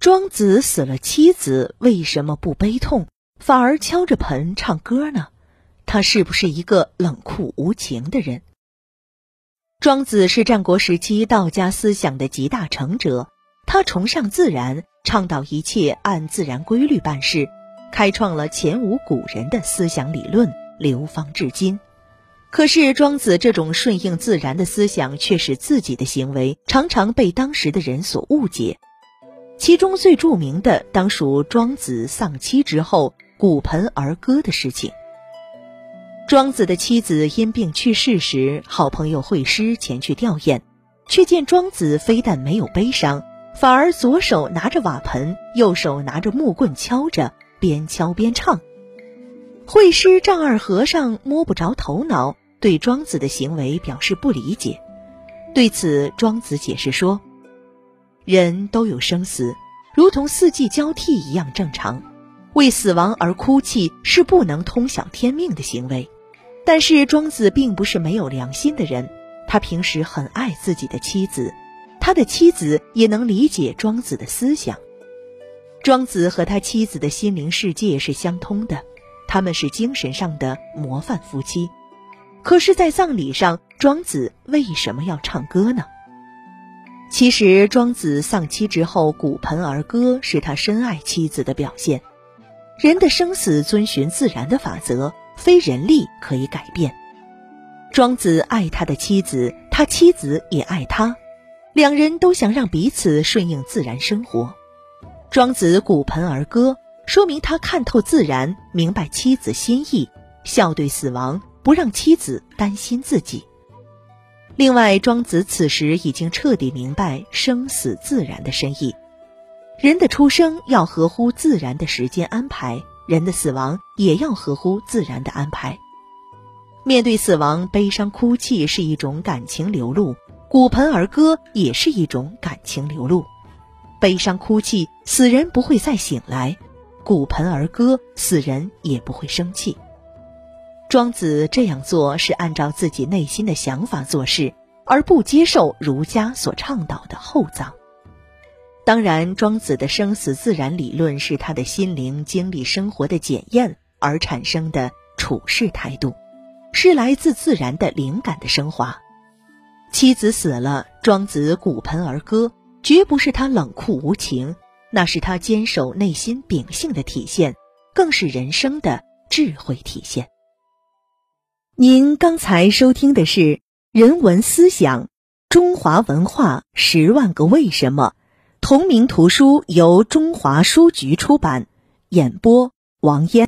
庄子死了妻子，为什么不悲痛，反而敲着盆唱歌呢？他是不是一个冷酷无情的人？庄子是战国时期道家思想的集大成者，他崇尚自然，倡导一切按自然规律办事，开创了前无古人的思想理论，流芳至今。可是庄子这种顺应自然的思想，却使自己的行为常常被当时的人所误解。其中最著名的当属庄子丧妻之后鼓盆而歌的事情。庄子的妻子因病去世时，好朋友惠施前去吊唁，却见庄子非但没有悲伤，反而左手拿着瓦盆，右手拿着木棍敲着，边敲边唱。惠施丈二和尚摸不着头脑，对庄子的行为表示不理解。对此庄子解释说，人都有生死，如同四季交替一样正常，为死亡而哭泣是不能通晓天命的行为。但是庄子并不是没有良心的人，他平时很爱自己的妻子，他的妻子也能理解庄子的思想。庄子和他妻子的心灵世界是相通的，他们是精神上的模范夫妻。可是在葬礼上，庄子为什么要唱歌呢？其实庄子丧妻之后鼓盆而歌，是他深爱妻子的表现。人的生死遵循自然的法则，非人力可以改变。庄子爱他的妻子，他妻子也爱他，两人都想让彼此顺应自然生活。庄子鼓盆而歌，说明他看透自然，明白妻子心意，笑对死亡，不让妻子担心自己。另外，庄子此时已经彻底明白生死自然的深意。人的出生要合乎自然的时间安排，人的死亡也要合乎自然的安排。面对死亡，悲伤哭泣是一种感情流露，鼓盆而歌也是一种感情流露。悲伤哭泣，死人不会再醒来；鼓盆而歌，死人也不会生气。庄子这样做是按照自己内心的想法做事，而不接受儒家所倡导的厚葬。当然，庄子的生死自然理论是他的心灵经历生活的检验而产生的处世态度，是来自自然的灵感的升华。妻子死了，庄子鼓盆而歌，绝不是他冷酷无情，那是他坚守内心秉性的体现，更是人生的智慧体现。您刚才收听的是人文思想中华文化10万个为什么，同名图书由中华书局出版，演播王嫣。